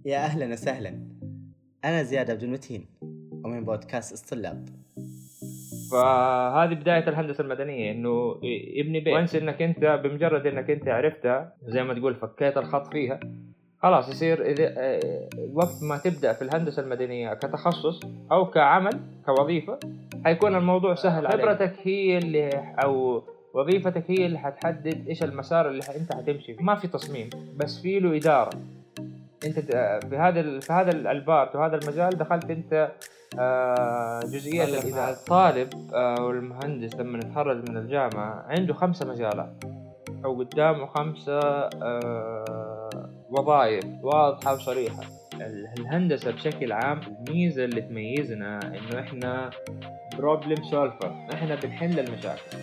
يا أهلا وسهلا، أنا زياد عبد المتين ومن بودكاست الطلاب. فهذه بداية الهندسة المدنية، إنه ابني بيت وانس إنك أنت بمجرد إنك أنت عرفتها زي ما تقول فكيت الخط فيها، خلاص يصير إذا وقت ما تبدأ في الهندسة المدنية كتخصص أو كعمل كوظيفة حيكون الموضوع سهل عليك. خبرتك هي اللي أو وظيفتك هي اللي حتحدد إيش المسار اللي أنت حتمشي فيه. ما في تصميم بس في له إدارة. أنت في هذا البارت وهذا المجال دخلت أنت جزئيات الإدارة. الطالب والمهندس لما يتخرج من الجامعة عنده 5 مجالات أو قدامه 5 وظائف واضحة وصريحة. الهندسة بشكل عام الميزة اللي تميزنا إنه إحنا problem solver، إحنا بنحل المشاكل.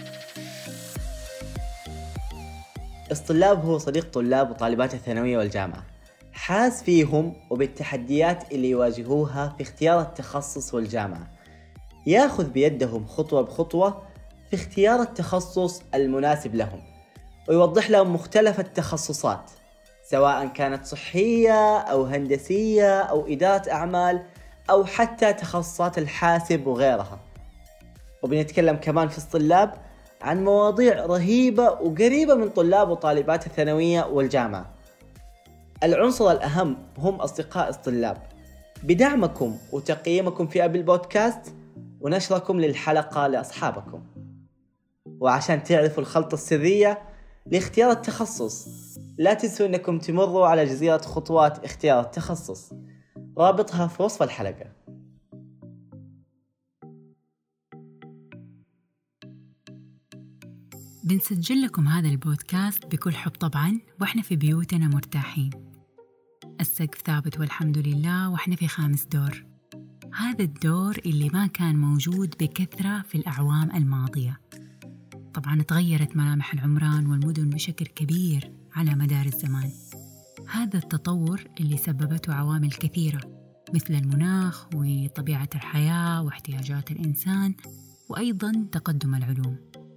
الطلاب هو صديق طلاب وطالبات الثانوية والجامعة، حاس فيهم وبالتحديات اللي يواجهوها في اختيار التخصص والجامعة، ياخذ بيدهم خطوة بخطوة في اختيار التخصص المناسب لهم، ويوضح لهم مختلف التخصصات سواء كانت صحية أو هندسية أو إدارة أعمال أو حتى تخصصات الحاسب وغيرها. وبنتكلم كمان في الطلاب عن مواضيع رهيبة وقريبة من طلاب وطالبات الثانوية والجامعة. العنصر الأهم هم أصدقاء الطلاب، بدعمكم وتقييمكم في أبل بودكاست ونشركم للحلقة لأصحابكم. وعشان تعرفوا الخلطة السرية لاختيار التخصص، لا تنسوا أنكم تمروا على جزيرة خطوات اختيار التخصص، رابطها في وصف الحلقة. بنسجل لكم هذا البودكاست بكل حب طبعاً، وإحنا في بيوتنا مرتاحين، السقف ثابت والحمد لله، وإحنا في 5 دور. هذا الدور اللي ما كان موجود بكثرة في الأعوام الماضية. طبعاً تغيرت ملامح العمران والمدن بشكل كبير على مدار الزمان. هذا التطور اللي سببته عوامل كثيرة مثل المناخ وطبيعة الحياة واحتياجات الإنسان وأيضاً تقدم العلوم.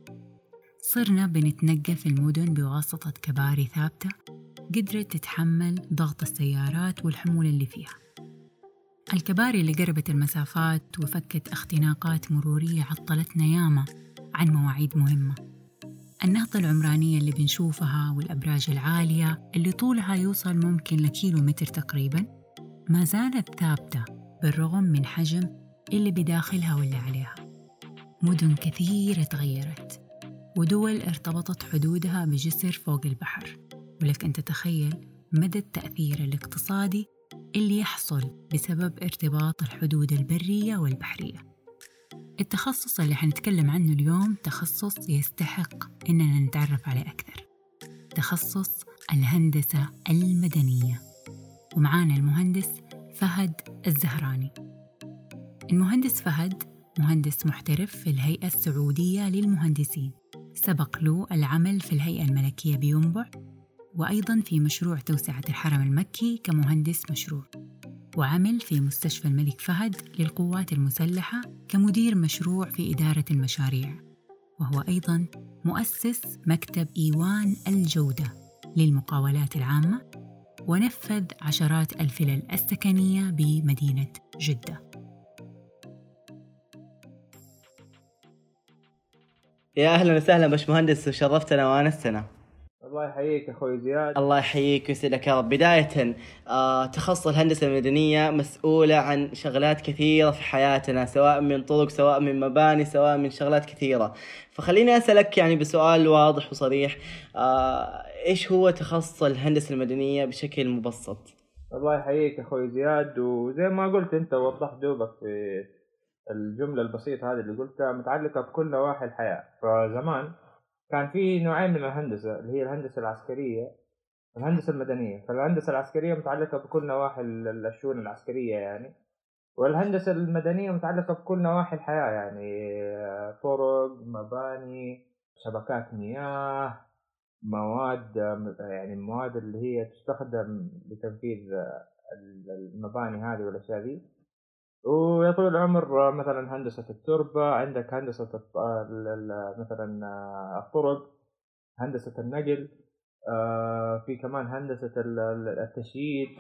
صرنا بنتنقل في المدن بواسطة كباري ثابتة قدرت تتحمل ضغط السيارات والحمول اللي فيها. الكباري اللي قربت المسافات وفكت اختناقات مرورية عطلتنا ياما عن مواعيد مهمة. النهضة العمرانية اللي بنشوفها والأبراج العالية اللي طولها يوصل ممكن لكيلو متر تقريباً ما زالت ثابتة بالرغم من حجم اللي بداخلها واللي عليها. مدن كثيرة تغيرت ودول ارتبطت حدودها بجسر فوق البحر، ولك أن تتخيل مدى التأثير الاقتصادي اللي يحصل بسبب ارتباط الحدود البرية والبحرية. التخصص اللي حنتكلم عنه اليوم تخصص يستحق إننا نتعرف عليه أكثر، تخصص الهندسة المدنية. ومعانا المهندس فهد الزهراني. المهندس فهد مهندس محترف في الهيئة السعودية للمهندسين، سبق له العمل في الهيئة الملكية بينبع، وأيضاً في مشروع توسعة الحرم المكي كمهندس مشروع، وعمل في مستشفى الملك فهد للقوات المسلحة كمدير مشروع في إدارة المشاريع، وهو أيضاً مؤسس مكتب إيوان الجودة للمقاولات العامة، ونفذ عشرات الفلل السكنية بمدينة جدة. يا أهلا وسهلا باشمهندس، وشرفتنا وانستنا. الله يحييك أخوي زياد. الله يحييك ويسعدك يا رب. بداية تخصص الهندسة المدنية مسؤولة عن شغلات كثيرة في حياتنا، سواء من طرق، سواء من مباني، سواء من شغلات كثيرة. فخليني أسألك يعني بسؤال واضح وصريح، إيش هو تخصص الهندسة المدنية بشكل مبسط؟ الله يحييك أخوي زياد، وزي ما قلت أنت وضحت دوبك في الجملة البسيطة هذه اللي قلتها متعلقة بكل نواحي الحياة. فزمان كان في نوعين من الهندسة، اللي هي الهندسة العسكرية والهندسة المدنية. فالهندسة العسكرية متعلقة بكل نواحي الشؤون العسكرية يعني، والهندسة المدنية متعلقة بكل نواحي الحياة يعني طرق، مباني، شبكات مياه، مواد، يعني المواد اللي هي تستخدم لتنفيذ المباني هذه والأشياء دي. ويا طول العمر مثلا هندسة التربة، عندك هندسة مثلا الطرق، هندسة النقل، في كمان هندسة التشييد،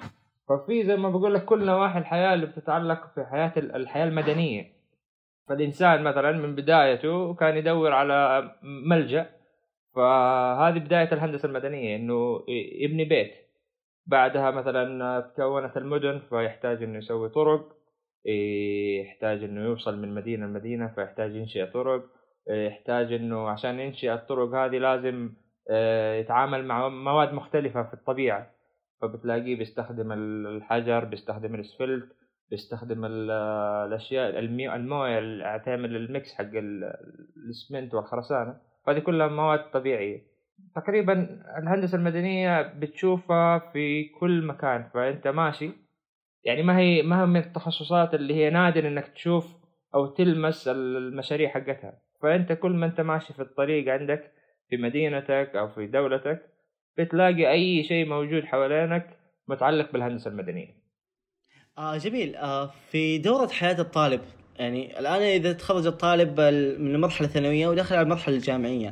ففي زي ما بقول لك كل نواحي الحياة اللي بتتعلق في حياة الحياة المدنية. فالإنسان مثلا من بدايته كان يدور على ملجأ، فهذه بداية الهندسة المدنية، إنه يبني بيت. بعدها مثلا تكونت المدن، فيحتاج إنه يسوي طرق، يحتاج إنه يوصل من مدينة لمدينة، فيحتاج ينشئ طرق، يحتاج إنه عشان ينشئ الطرق هذه لازم يتعامل مع مواد مختلفة في الطبيعة. فبتلاقيه بيستخدم الحجر، بيستخدم الاسفلت، بيستخدم الأشياء الموية اللي تعمل الميكس حق الاسمنت والخرسانة. فهذه كلها مواد طبيعية. تقريبا الهندسة المدنية بتشوفها في كل مكان، فأنت ماشي يعني ما هي من التخصصات اللي هي نادر انك تشوف او تلمس المشاريع حقتها. فانت كل ما انت ماشي في الطريق عندك في مدينتك او في دولتك بتلاقي اي شيء موجود حوالينك متعلق بالهندسة المدنية. جميل. في دورة حياة الطالب، يعني الآن إذا تخرج الطالب من المرحلة الثانوية ودخل على المرحلة الجامعية،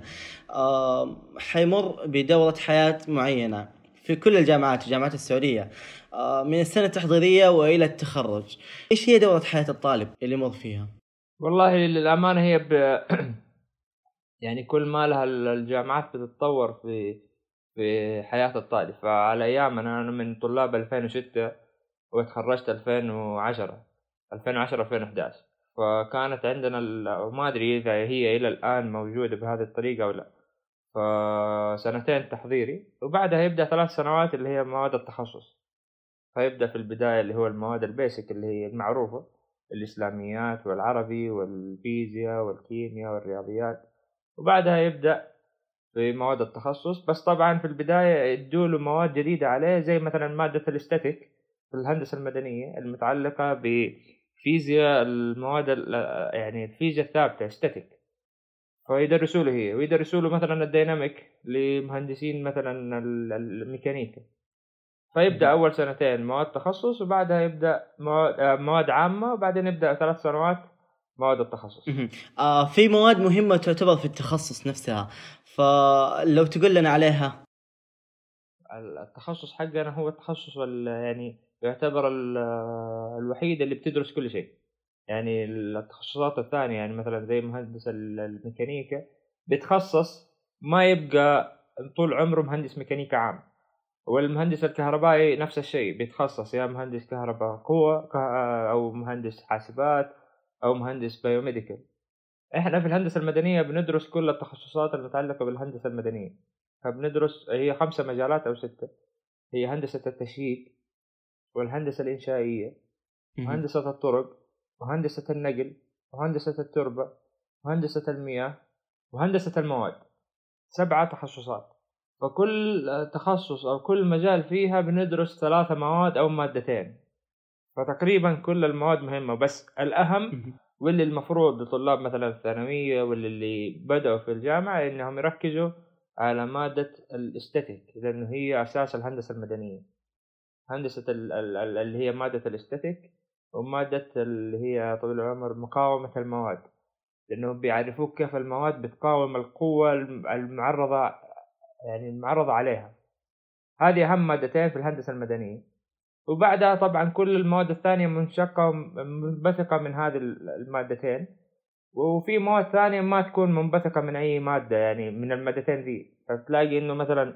حيمر بدورة حياة معينة في كل الجامعات، الجامعات السعودية، من السنة التحضيرية وإلى التخرج. إيش هي دورة حياة الطالب اللي يمر فيها؟ والله للأمانة هي يعني كل ما لها الجامعات بتتطور في حياة الطالب. فعلى أيام أنا من طلاب 2006 وتخرجت 2011. فكانت عندنا وما أدري إذا هي إلى الآن موجودة بهذه الطريقة أو لا. فسنتين تحضيري، وبعدها يبدأ 3 سنوات اللي هي مواد التخصص. فيبدأ في البداية اللي هو المواد البيسك اللي هي المعروفة، الإسلاميات والعربي والفيزياء والكيمياء والرياضيات. وبعدها يبدأ في مواد التخصص. بس طبعا في البداية يدوله مواد جديدة عليه، زي مثلا مادة الاستاتيك في الهندسة المدنية المتعلقة بفيزياء المواد يعني الفيزياء الثابتة استاتيك. فيدرسوا له هي، ويدرسوا له مثلا الديناميك لمهندسين مثلا الميكانيكا. فيبدأ أول سنتين مواد تخصص، وبعدها يبدأ مواد عامة، وبعدين يبدأ 3 سنوات مواد التخصص. في مواد مهمة تعتبر في التخصص نفسها، فلو تقول لنا عليها. التخصص حقنا هو التخصص يعني يعتبر الوحيد اللي بتدرس كل شيء. يعني التخصصات الثانية يعني مثلا زي مهندس الميكانيكا بيتخصص، ما يبقى طول عمره مهندس ميكانيكا عام. والمهندس الكهربائي نفس الشيء، بيتخصص يا مهندس كهرباء قوة أو مهندس حاسبات أو مهندس بايوميديكال. إحنا في الهندسة المدنية بندرس كل التخصصات المتعلقة بالهندسة المدنية. فبندرس هي 5 مجالات أو 6. هي هندسة التشييد، والهندسة الإنشائية، وهندسة الطرق، وهندسة النقل، وهندسة التربة، وهندسة المياه، وهندسة المواد. 7 تخصصات. فكل تخصص أو كل مجال فيها بندرس 3 مواد أو مادتين. فتقريبا كل المواد مهمة، بس الأهم واللي المفروض لطلاب مثلا الثانوية واللي بدأوا في الجامعة إنهم يركزوا على مادة الاستاتيك، لأنه هي أساس الهندسة المدنية. هندسة اللي هي مادة الاستاتيك، ومادة اللي هي طويل العمر مقاومة المواد، لأنهم بيعرفوك كيف المواد بتقاوم القوة المعرضة، يعني المعرضة عليها. هذه أهم مادتين في الهندسة المدنية. وبعدها طبعا كل المواد الثانية منشقة منبثقة من هذه المادتين. وفي مواد ثانية ما تكون منبثقة من أي مادة، يعني من المادتين ذي. فتلاقي إنه مثلا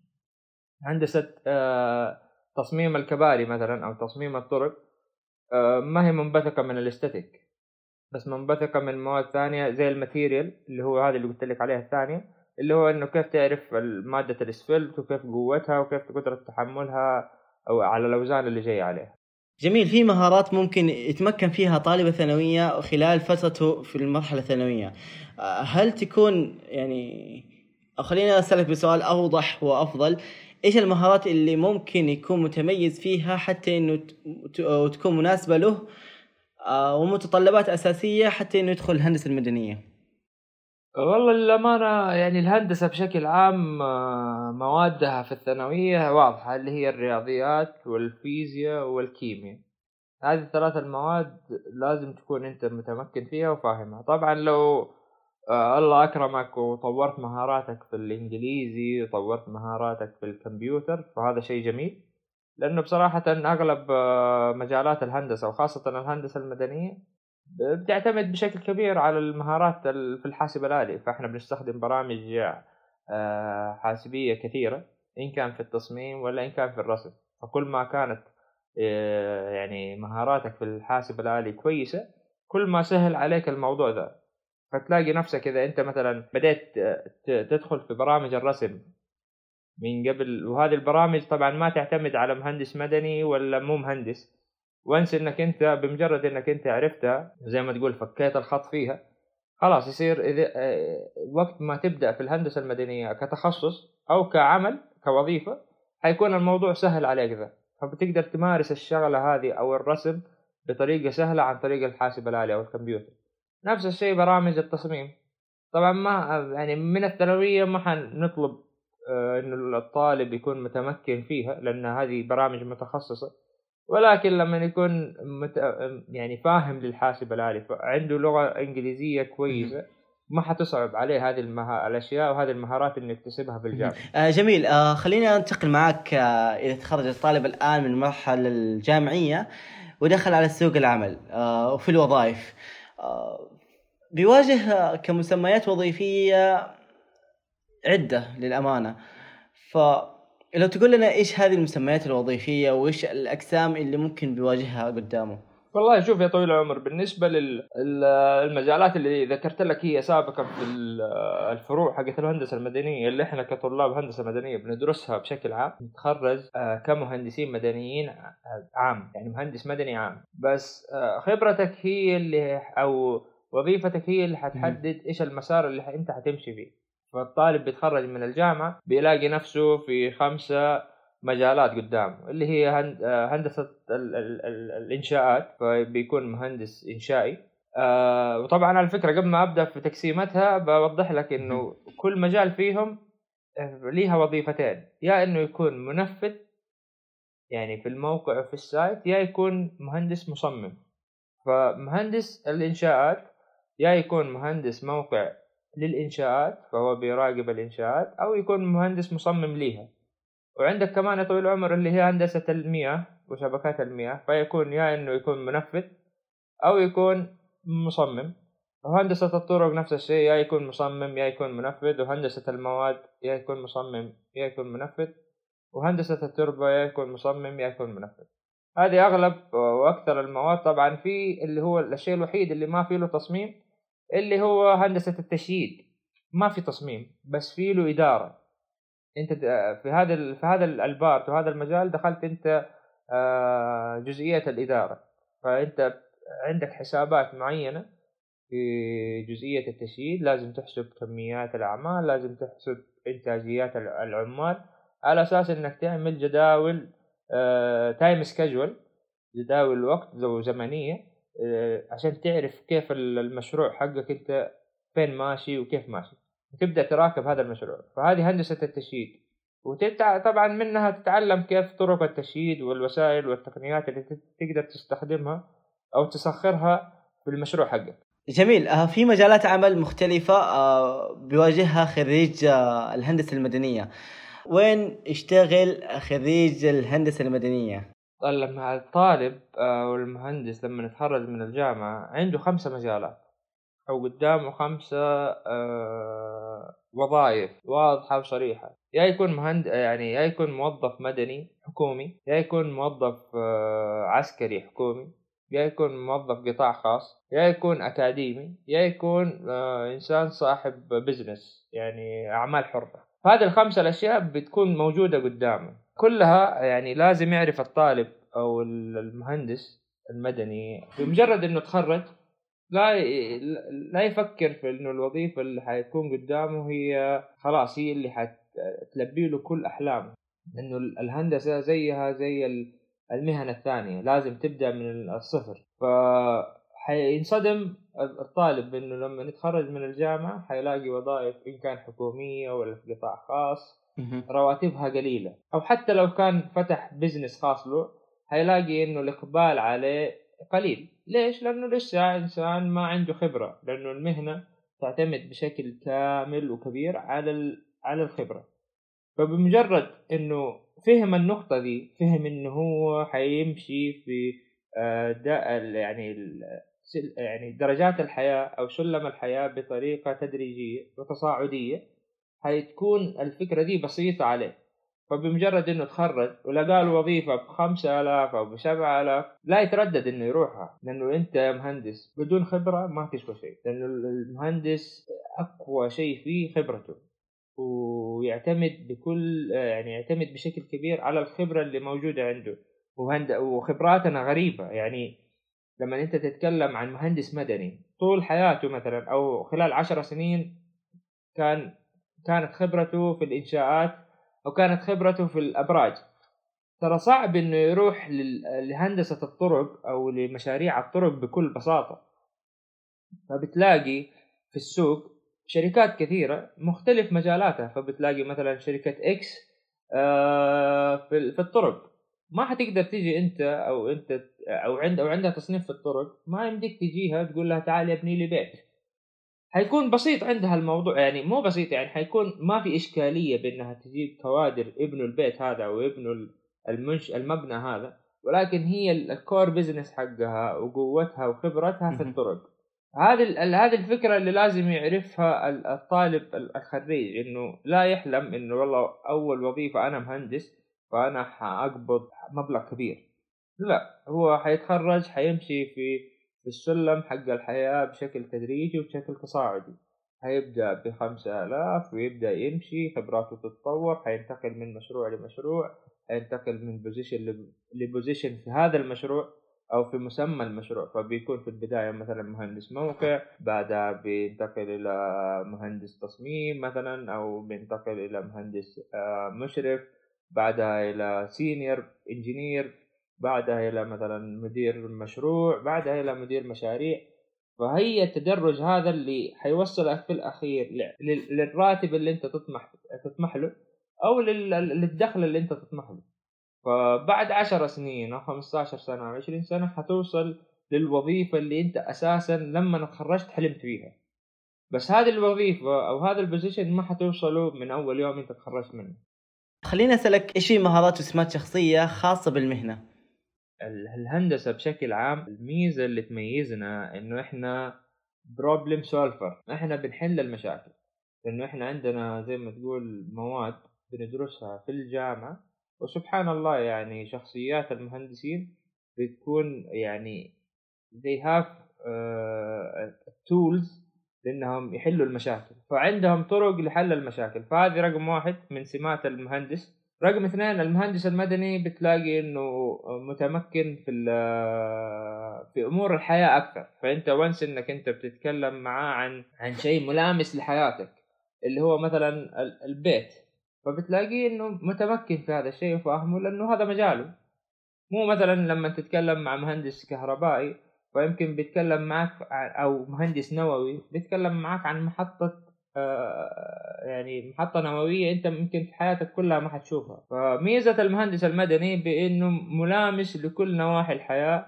هندسة تصميم الكباري مثلا أو تصميم الطرق ما هي منبثقة من الاستاتيك، بس منبثقة من مواد ثانية زي الماتيريال اللي هو هذا اللي قلت لك عليها الثانية، اللي هو إنه كيف تعرف مادة الاسفلت وكيف قوتها وكيف قدرة تحملها أو على الأوزان اللي جاي عليها. جميل. في مهارات ممكن يتمكن فيها طالب الثانوية خلال فترته في المرحلة الثانوية، هل تكون يعني، أو خلينا أسألك بسؤال أوضح وأفضل، إيش المهارات اللي ممكن يكون متميز فيها حتى إنه تكون مناسبة له، ومتطلبات أساسية حتى إنه يدخل الهندسة المدنية؟ والله للأمانة يعني الهندسة بشكل عام موادها في الثانوية واضحة، اللي هي الرياضيات والفيزياء والكيمياء. هذه ال3 المواد لازم تكون أنت متمكن فيها وفاهمها. طبعا لو الله أكرمك وطورت مهاراتك في الإنجليزي وطورت مهاراتك في الكمبيوتر فهذا شيء جميل. لأنه بصراحة أغلب مجالات الهندسة وخاصة الهندسة المدنية بتعتمد بشكل كبير على المهارات في الحاسب الآلي. فإحنا بنستخدم برامج حاسبية كثيرة، إن كان في التصميم ولا إن كان في الرسم. فكل ما كانت يعني مهاراتك في الحاسب الآلي كويسة، كل ما سهل عليك الموضوع ذا. فتلاقي نفسك إذا أنت مثلا بدأت تدخل في برامج الرسم من قبل، وهذه البرامج طبعا ما تعتمد على مهندس مدني ولا مو مهندس، وانس انك انت بمجرد انك انت عرفتها زي ما تقول فكيت الخط فيها، خلاص يصير إذا وقت ما تبدأ في الهندسة المدنية كتخصص أو كعمل كوظيفة حيكون الموضوع سهل عليك ذا. فبتقدر تمارس الشغلة هذه أو الرسم بطريقة سهلة عن طريق الحاسب الآلي أو الكمبيوتر. نفس الشيء برامج التصميم. طبعا ما يعني من الثانوية ما حنطلب إنه الطالب يكون متمكن فيها لأن هذه برامج متخصصة، ولكن لما يكون يعني فاهم للحاسب الآلي، عنده لغة إنجليزية كويسة، ما حتصعب عليه هذه الأشياء وهذه المهارات إنه يكتسبها في الجامعة. جميل. خلينا ننتقل معك إذا تخرج الطالب الآن من المرحلة الجامعية ودخل على سوق العمل وفي الوظائف، بيواجه كمسميات وظيفية عدة للأمانة. فلو تقول لنا إيش هذه المسميات الوظيفية وإيش الأقسام اللي ممكن بيواجهها قدامه؟ والله شوف يا طويل العمر، بالنسبة للمجالات اللي ذكرت لك هي سابقا في الفروع حقت الهندسة المدنية اللي احنا كطلاب هندسة مدنية بندرسها بشكل عام، نتخرج كمهندسين مدنيين عام، يعني مهندس مدني عام. بس خبرتك هي اللي أو وظيفتك هي اللي حتحدد إيش المسار اللي أنت حتمشي فيه. فالطالب بيتخرج من الجامعة بيلاقي نفسه في 5 مجالات قدام، اللي هي هندسة الإنشاءات، فبيكون مهندس إنشائي. وطبعا على فكرة قبل ما أبدأ في تقسيمتها بوضح لك إنه كل مجال فيهم ليها وظيفتين، يا إنه يكون منفذ يعني في الموقع وفي السايت، يا يكون مهندس مصمم. فمهندس الإنشاءات يا يكون مهندس موقع للإنشاءات فهو بيراقب الإنشاءات، أو يكون مهندس مصمم ليها. وعندك كمان يا طويل العمر اللي هي هندسة المياه وشبكات المياه، فيكون يا إنه يكون منفذ أو يكون مصمم. وهندسة الطرق نفس الشيء، يا يكون مصمم يا يكون منفذ. وهندسة المواد يا يكون مصمم يا يكون منفذ. وهندسة التربة يا يكون مصمم يا يكون منفذ. هذه أغلب وأكثر المواد. طبعا في اللي هو الشيء الوحيد اللي ما فيه له تصميم اللي هو هندسة التشييد، ما في تصميم بس فيه له إدارة. انت في هذا البارت وهذا المجال دخلت انت جزئية الإدارة، فانت عندك حسابات معينة في جزئية التشييد، لازم تحسب كميات الأعمال، لازم تحسب إنتاجيات العمال، على أساس انك تعمل جداول تايم سكيجول، جداول وقت زمنية، عشان تعرف كيف المشروع حقك انت فين ماشي وكيف ماشي، وتبدأ تراكب هذا المشروع. فهذه هندسة التشييد. طبعا منها تتعلم كيف طرق التشييد والوسائل والتقنيات اللي تقدر تستخدمها أو تسخرها في المشروع حقك. جميل. في مجالات عمل مختلفة بيواجهها خريج الهندسة المدنية. وين يشتغل خريج الهندسة المدنية؟ لما الطالب والمهندس لما يتخرج من الجامعة عنده 5 مجالات أو قدامه 5 وظائف واضحة وصريحة. يا يكون يعني يا يكون موظف مدني حكومي، يا يكون موظف عسكري حكومي، يا يكون موظف قطاع خاص، يا يكون أكاديمي، يا يكون إنسان صاحب بزنس يعني أعمال حرة. هذه ال5 الأشياء بتكون موجودة قدامه كلها. يعني لازم يعرف الطالب أو المهندس المدني بمجرد إنه تخرج لا يفكر في إنه الوظيفة اللي حيكون قدامه هي خلاص هي اللي حتلبي له كل أحلامه، إنه الهندسة زيها زي المهنة الثانية، لازم تبدأ من الصفر. فحينصدم الطالب إنه لما يتخرج من الجامعة حيلاقي وظائف إن كان حكومية ولا في قطاع خاص رواتبها قليلة، أو حتى لو كان فتح بزنس خاص له حيلاقي إنه الإقبال عليه قليل. ليش؟ لأنه لسه إنسان ما عنده خبرة، لأنه المهنة تعتمد بشكل كامل وكبير على الخبرة. فبمجرد إنه فهم النقطة دي، فهم إنه هو حيمشي في يعني درجات الحياة أو سلم الحياة بطريقة تدريجية وتصاعدية، حتكون الفكرة دي بسيطة عليه. فبمجرد إنه تخرج ولقى له وظيفة ب5,000 أو ب7,000 لا يتردد إنه يروحها، لأنه أنت مهندس بدون خبرة ما تسوى شيء، لأنه المهندس أقوى شيء فيه خبرته، ويعتمد يعني يعتمد بشكل كبير على الخبرة اللي موجودة عنده. وخبراتنا غريبة، يعني لما أنت تتكلم عن مهندس مدني طول حياته مثلا أو خلال 10 سنين كانت خبرته في الإنشاءات أو كانت خبرته في الأبراج، ترى صعب إنه يروح لهندسة الطرق أو لمشاريع الطرق بكل بساطة. فبتلاقي في السوق شركات كثيرة مختلف مجالاتها، فبتلاقي مثلا شركة إكس في الطرق، ما حتقدر تيجي أنت أو عندها تصنيف في الطرق، ما يمديك تجيها تقول لها تعالي ابني لي بيت. حيكون بسيط عندها الموضوع، يعني مو بسيط، يعني حيكون ما في إشكالية بأنها تجيب كوادر ابنوا البيت هذا وابنوا المبنى هذا، ولكن هي الكور بيزنس حقها وقوتها وخبرتها في الطرق. هذه الفكرة اللي لازم يعرفها الطالب الخريج، إنه لا يحلم إنه والله أول وظيفة أنا مهندس فأنا حأقبض مبلغ كبير. لا، هو حيتخرج حيمشي في السلم حق الحياة بشكل تدريجي وبشكل تصاعدي. هيبدأ ب5,000 ويبدأ يمشي، خبراته تتطور، حينتقل من مشروع لمشروع، حينتقل من بوزيشن لبوزيشن في هذا المشروع أو في مسمى المشروع. فبيكون في البداية مثلا مهندس موقع، بعدها بينتقل إلى مهندس تصميم مثلا، أو بينتقل إلى مهندس مشرف، بعدها إلى سينيور انجينير، بعدها إلى مثلا مدير مشروع، بعدها إلى مدير مشاريع. فهي التدرج هذا اللي حيوصلك في الأخير للراتب اللي أنت تطمح له، أو للدخل اللي أنت تطمح له. فبعد 10 سنين أو 15 سنة أو 20 سنة حتوصل للوظيفة اللي أنت أساسا لما تخرجت حلمت فيها. بس هذه الوظيفة أو هذا البوزيشن ما حتوصله من أول يوم أنت تخرجت منه. خليني أسألك إيش هي مهارات وسمات شخصية خاصة بالمهنة؟ الهندسة بشكل عام الميزة اللي تميزنا إنه إحنا بروبلم سولفر، إحنا بنحل المشاكل، لأنه إحنا عندنا زي ما تقول مواد بندرسها في الجامعة، وسبحان الله يعني شخصيات المهندسين بتكون يعني they have tools لأنهم يحلوا المشاكل، فعندهم طرق لحل المشاكل. فهذه رقم 1 من سمات المهندس. رقم 2 المهندس المدني بتلاقي انه متمكن في امور الحياة اكثر. فانت وانس انك انت بتتكلم معاه عن شيء ملامس لحياتك اللي هو مثلا البيت، فبتلاقيه انه متمكن في هذا الشيء وفاهمه لانه هذا مجاله. مو مثلا لما تتكلم مع مهندس كهربائي فيمكن بيتكلم معك، او مهندس نووي بيتكلم معك عن محطة يعني محطة نووية انت ممكن في حياتك كلها ما حتشوفها. فميزة المهندس المدني بانه ملامس لكل نواحي الحياة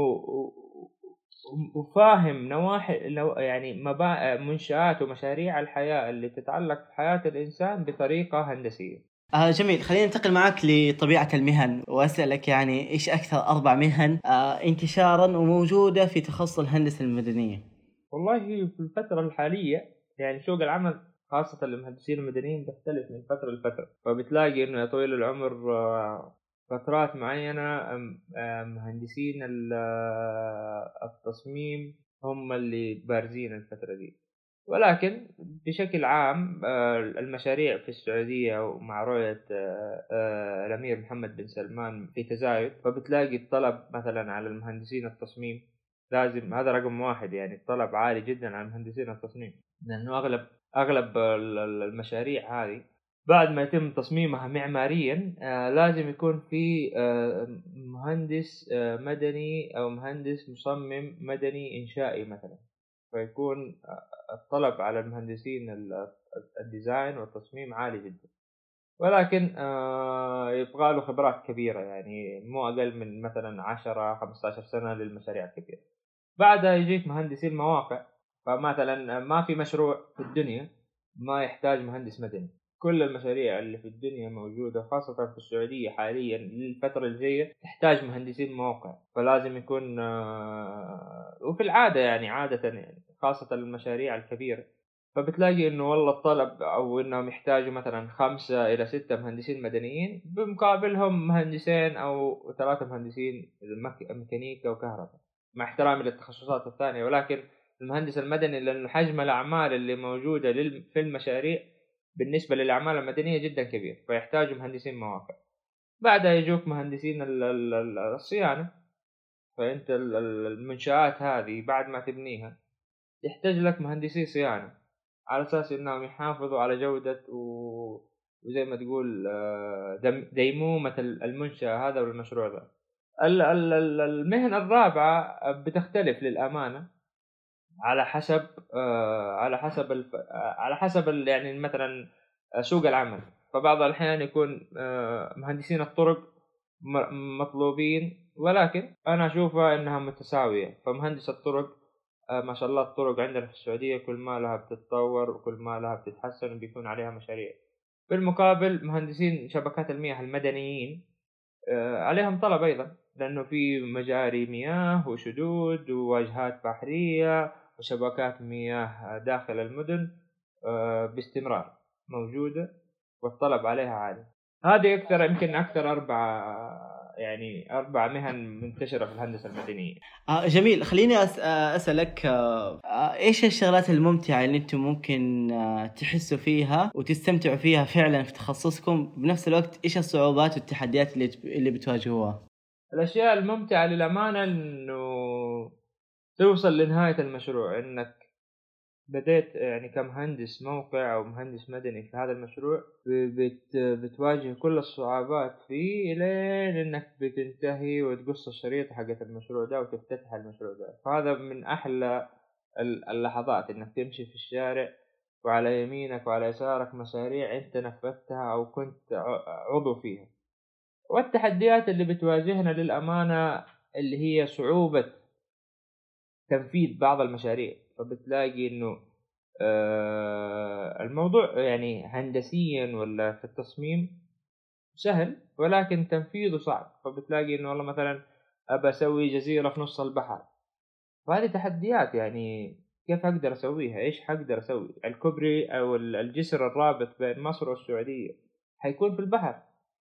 وفاهم نواحي يعني منشآت ومشاريع الحياة اللي تتعلق بحياة الإنسان بطريقة هندسية. جميل. خلينا ننتقل معك لطبيعة المهن وأسألك يعني إيش أكثر 4 مهن انتشارا وموجودة في تخصص الهندسة المدنية؟ والله في الفترة الحالية يعني سوق العمل خاصة المهندسين المدنيين بيختلف من فترة لفترة، فبتلاقي إنه يا طويل العمر فترات معينة مهندسين التصميم هم اللي بارزين الفترة دي. ولكن بشكل عام المشاريع في السعودية ومع رؤية الأمير محمد بن سلمان في تزايد، فبتلاقي الطلب مثلا على المهندسين التصميم لازم، هذا رقم 1، يعني الطلب عالي جدا على مهندسين التصميم، لأنه أغلب المشاريع هذه بعد ما يتم تصميمها معماريا لازم يكون في مهندس مدني أو مهندس مصمم مدني إنشائي مثلا. فيكون الطلب على المهندسين الديزاين والتصميم عالي جدا، ولكن يبغى له خبرات كبيرة، يعني مو أقل من مثلا 10-15 سنة للمشاريع الكبيرة. بعدها يجيك مهندسين المواقع، فمثلا ما في مشروع في الدنيا ما يحتاج مهندس مدني. كل المشاريع اللي في الدنيا موجودة، خاصة في السعودية حاليا للفترة الجاية تحتاج مهندسين مواقع. فلازم يكون وفي العادة يعني عادة يعني خاصة المشاريع الكبيرة، فبتلاقي انه والله الطلب او انهم يحتاجوا مثلا 5 إلى 6 مهندسين مدنيين، بمقابلهم 2 أو 3 مهندسين ميكانيكا وكهرباء، مع احترامي للتخصصات الثانية. ولكن المهندس المدني لأنه حجم الأعمال اللي موجودة في المشاريع بالنسبة للأعمال المدنية جدا كبير، فيحتاجوا مهندسين مواقع. بعدها يجوك مهندسين الصيانة. فأنت المنشآت هذه بعد ما تبنيها يحتاج لك مهندسي صيانة، على أساس أنهم يحافظوا على جودة وزي ما تقول ديمومة المنشأ هذا والمشروع ذا. المهنة الرابعة بتختلف للأمانة على حسب يعني مثلا سوق العمل. فبعض الأحيان يكون مهندسين الطرق مطلوبين، ولكن أنا أشوفها أنها متساوية. فمهندس الطرق ما شاء الله الطرق عندنا في السعودية كل ما لها بتتطور وكل ما لها بتتحسن وبيكون عليها مشاريع. بالمقابل مهندسين شبكات المياه المدنيين عليهم طلب أيضا، لأنه في مجاري مياه وشدود وواجهات بحرية وشبكات مياه داخل المدن باستمرار موجودة والطلب عليها عالي. هذه يمكن أكثر 4 مهن منتشرة في الهندسة المدنية. جميل. خليني أسألك إيش الشغلات الممتعة اللي أنتم ممكن تحسوا فيها وتستمتعوا فيها فعلا في تخصصكم، بنفس الوقت إيش الصعوبات والتحديات اللي بتواجهوها؟ الأشياء الممتعة للأمانة إنه توصل لنهاية المشروع، إنك بديت يعني كمهندس موقع أو مهندس مدني في هذا المشروع بتواجه كل الصعوبات فيه لين إنك بتنتهي وتقص الشريط حقة المشروع ده وتفتتح المشروع ده. فهذا من أحلى اللحظات، إنك تمشي في الشارع وعلى يمينك وعلى يسارك مشاريع أنت نفذتها أو كنت عضو فيها. والتحديات اللي بتواجهنا للأمانة اللي هي صعوبة تنفيذ بعض المشاريع. فبتلاقي إنه الموضوع يعني هندسيا ولا في التصميم سهل، ولكن تنفيذه صعب. فبتلاقي إنه والله مثلا أبى أسوي جزيرة في نص البحر، فهذه تحديات يعني كيف أقدر أسويها؟ إيش حقدر أسوي؟ الكوبري أو الجسر الرابط بين مصر والسعودية حيكون في البحر.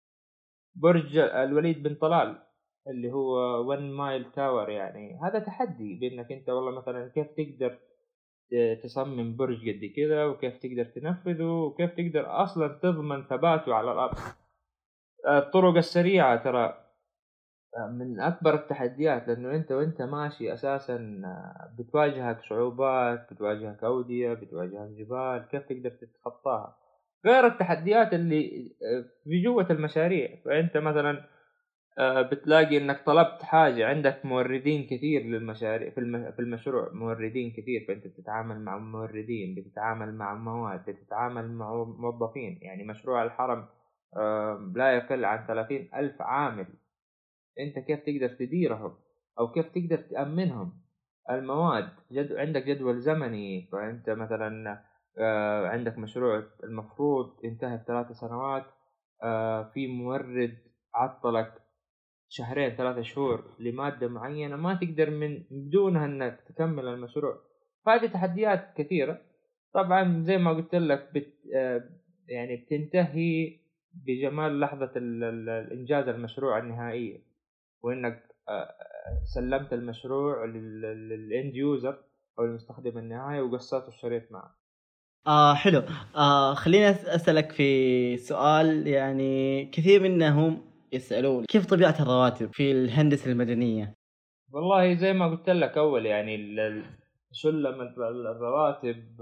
برج الوليد بن طلال اللي هو 1 مايل تاور، يعني هذا تحدي بأنك أنت والله مثلا كيف تقدر تصمم برج قد كذا، وكيف تقدر تنفذه، وكيف تقدر أصلا تضمن ثباته على الأرض. الطرق السريعة ترى من أكبر التحديات، لأنه أنت وأنت ماشي أساسا بتواجهك صعوبات، بتواجهك أودية، بتواجهك جبال، كيف تقدر تتخطاها، غير التحديات اللي في جوة المشاريع. فأنت مثلا بتلاقي انك طلبت حاجة، عندك موردين كثير للمشاريع في المشروع، موردين كثير، فانت بتتعامل مع موردين، بتتعامل مع مواد، بتتعامل مع موظفين. يعني مشروع الحرم لا يقل عن 30,000 عامل. انت كيف تقدر تديرهم او كيف تقدر تأمنهم؟ المواد عندك جدول زمني. فانت مثلا عندك مشروع المفروض ينتهي ب3 سنوات، في مورد عطلك 2-3 شهور لمادة معينة، ما تقدر من دونها انك تكمل المشروع. فهذه تحديات كثيرة. طبعا زي ما قلت لك يعني بتنتهي بجمال لحظة الإنجاز المشروع النهائية، وإنك سلمت المشروع للإند يوزر أو المستخدم النهائي وقصته الشريط معه. حلو. خليني أسألك في سؤال، يعني كثير منهم يسألون كيف طبيعة الرواتب في الهندسة المدنية؟ والله زي ما قلت لك أول، يعني سلم الرواتب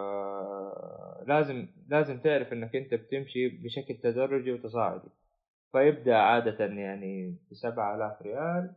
لازم تعرف انك انت بتمشي بشكل تدرجي وتصاعدي. فيبدأ عادة يعني ب7,000 ريال،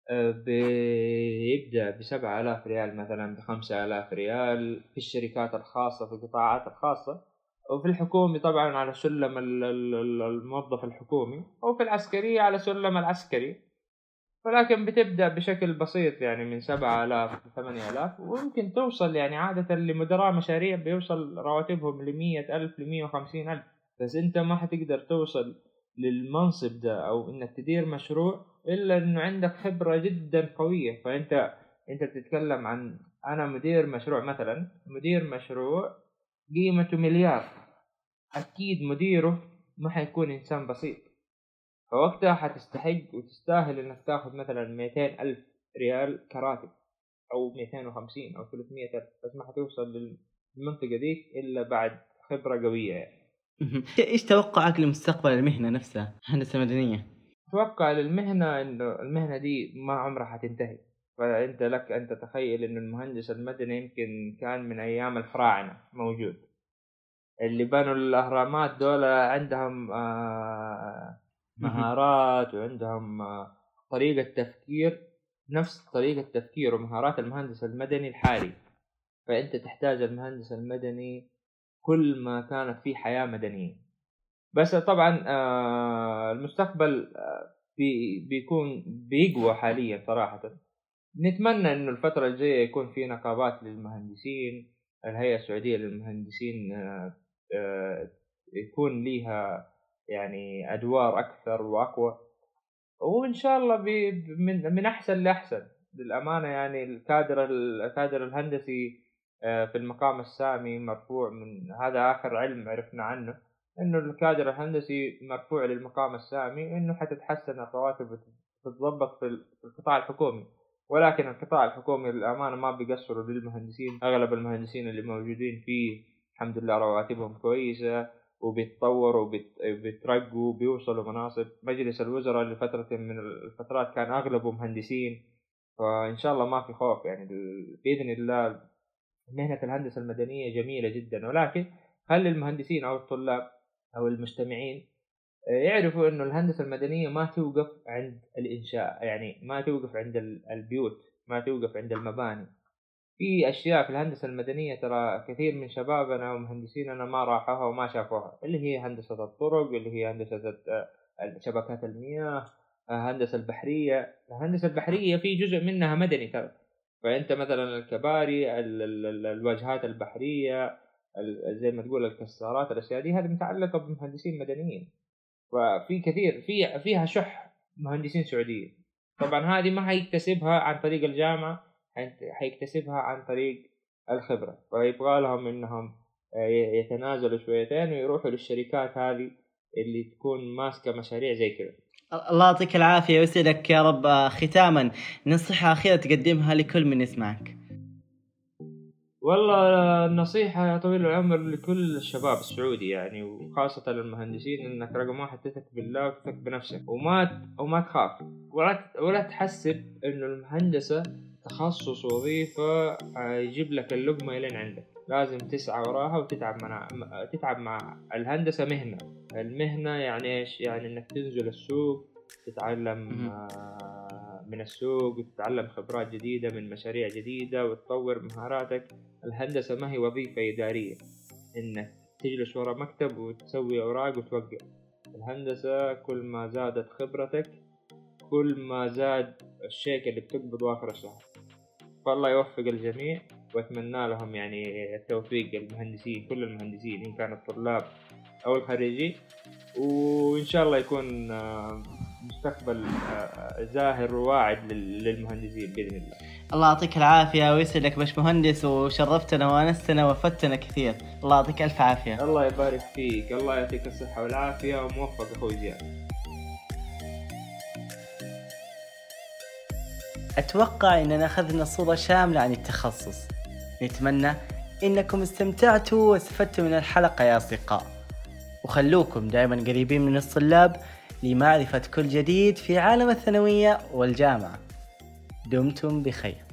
بيبدأ ب7,000 ريال مثلا ب5,000 ريال في الشركات الخاصة، في القطاعات الخاصة، وفي الحكومي طبعا على سلم الموظف الحكومي، أو في العسكرية على سلم العسكري. ولكن بتبدأ بشكل بسيط يعني من 7,000 ل8,000، ويمكن توصل يعني عادة لمدراء مشاريع بيوصل رواتبهم ل100,000 ل150,000. بس انت ما حتقدر توصل للمنصب ده او انك تدير مشروع الا انه عندك خبرة جدا قوية. فانت بتتكلم عن انا مدير مشروع مثلا، مدير مشروع قيمته مليار، اكيد مديره ما حيكون انسان بسيط. فوقتها حتستحق وتستاهل انك تاخذ مثلا 200,000 ريال كراتب او 250 او 300,000، بس ما حتوصل للمنطقة ديك الا بعد خبرة قوية يعني. ايش توقعك لمستقبل المهنة نفسها هندسة مدنية؟ اتوقع للمهنة انه المهنة دي ما عمرها حتنتهي. فانت لك ان تتخيل انه المهندس المدني يمكن كان من ايام الفراعنة موجود، اللي بنوا الاهرامات دول عندهم مهارات وعندهم طريقة تفكير نفس طريقة تفكير ومهارات المهندس المدني الحالي. فانت تحتاج المهندس المدني كل ما كانت فيه حياة مدنية. بس طبعا المستقبل بيكون بيقوى حاليا صراحة. نتمنى انه الفترة الجاية يكون في نقابات للمهندسين، الهيئة السعودية للمهندسين يكون ليها يعني ادوار اكثر واقوى، وان شاء الله من احسن لاحسن للامانة. يعني الكادر الهندسي في المقام السامي مرفوع، من هذا آخر علم عرفنا عنه، إنه الكادر الهندسي مرفوع للمقام السامي، إنه حتتحسن الرواتب وتتضبط في القطاع الحكومي. ولكن القطاع الحكومي للأمانة ما بيقصروا للمهندسين، أغلب المهندسين اللي موجودين فيه الحمد لله رواتبهم كويسة وبيتطوروا وبيترقوا وبيوصلوا مناصب. مجلس الوزراء لفترة من الفترات كان أغلبه مهندسين، فإن شاء الله ما في خوف يعني بإذن الله. مهنة الهندسة المدنية جميلة جدا، ولكن خلي المهندسين أو الطلاب أو المستمعين يعرفوا أنه الهندسة المدنية ما توقف عند الإنشاء، يعني ما توقف عند البيوت، ما توقف عند المباني. في أشياء في الهندسة المدنية ترى كثير من شبابنا ومهندسيننا ما راحوها وما شافوها، اللي هي هندسة الطرق، اللي هي هندسة شبكات المياه، هندسة البحرية. الهندسة البحرية في جزء منها مدني ترى. فأنت مثلا الكباري، الواجهات البحرية، زي ما تقول الكسارات، الأشياء دي هذه متعلقة بمهندسين مدنيين. وفي كثير فيها شح مهندسين سعوديين. طبعا هذه ما هيكتسبها عن طريق الجامعة، هيكتسبها عن طريق الخبرة. فيبغى لهم إنهم يتنازلوا شويتين ويروحوا للشركات هذه اللي تكون ماسكة مشاريع زي كذا. الله يعطيك العافية ويسعدك يا رب. ختاما نصيحة أخيرة تقدمها لكل من يسمعك. والله النصيحة يا طويل العمر لكل الشباب السعودي يعني، وخاصة للمهندسين، إنك رقم واحد تثق بالله وتثق بنفسك، وما تخاف ولا تحسب إنه المهندسة تخصص وظيفة يجيب لك اللقمة إلين عندك. لازم تسعى وراها وتتعب مع الهندسة. المهنة يعني إيش؟ يعني إنك تنزل السوق، تتعلم من السوق وتتعلم خبرات جديدة من مشاريع جديدة وتطور مهاراتك. الهندسة ما هي وظيفة إدارية إنك تجلس وراء مكتب وتسوي أوراق وتوقع. الهندسة كل ما زادت خبرتك كل ما زاد الشيك اللي بتقبضه آخر الشهر. فالله يوفق الجميع وأتمنى لهم يعني التوفيق، المهندسين كل المهندسين إن كانوا الطلاب أو الخريجين، وإن شاء الله يكون مستقبل زاهر وواعد للمهندسين بإذن الله. الله يعطيك العافية ويسعدك باش مهندس، وشرفتنا وانستنا وفتنا كثير. الله يعطيك ألف عافية. الله يبارك فيك، الله يعطيك الصحة والعافية وموفق أخوي زياد. أتوقع أننا أخذنا صورة شاملة عن التخصص. نتمنى أنكم استمتعتوا واستفدتوا من الحلقة يا أصدقاء، وخلوكم دائما قريبين من الطلاب لمعرفة كل جديد في عالم الثانوية والجامعة. دمتم بخير.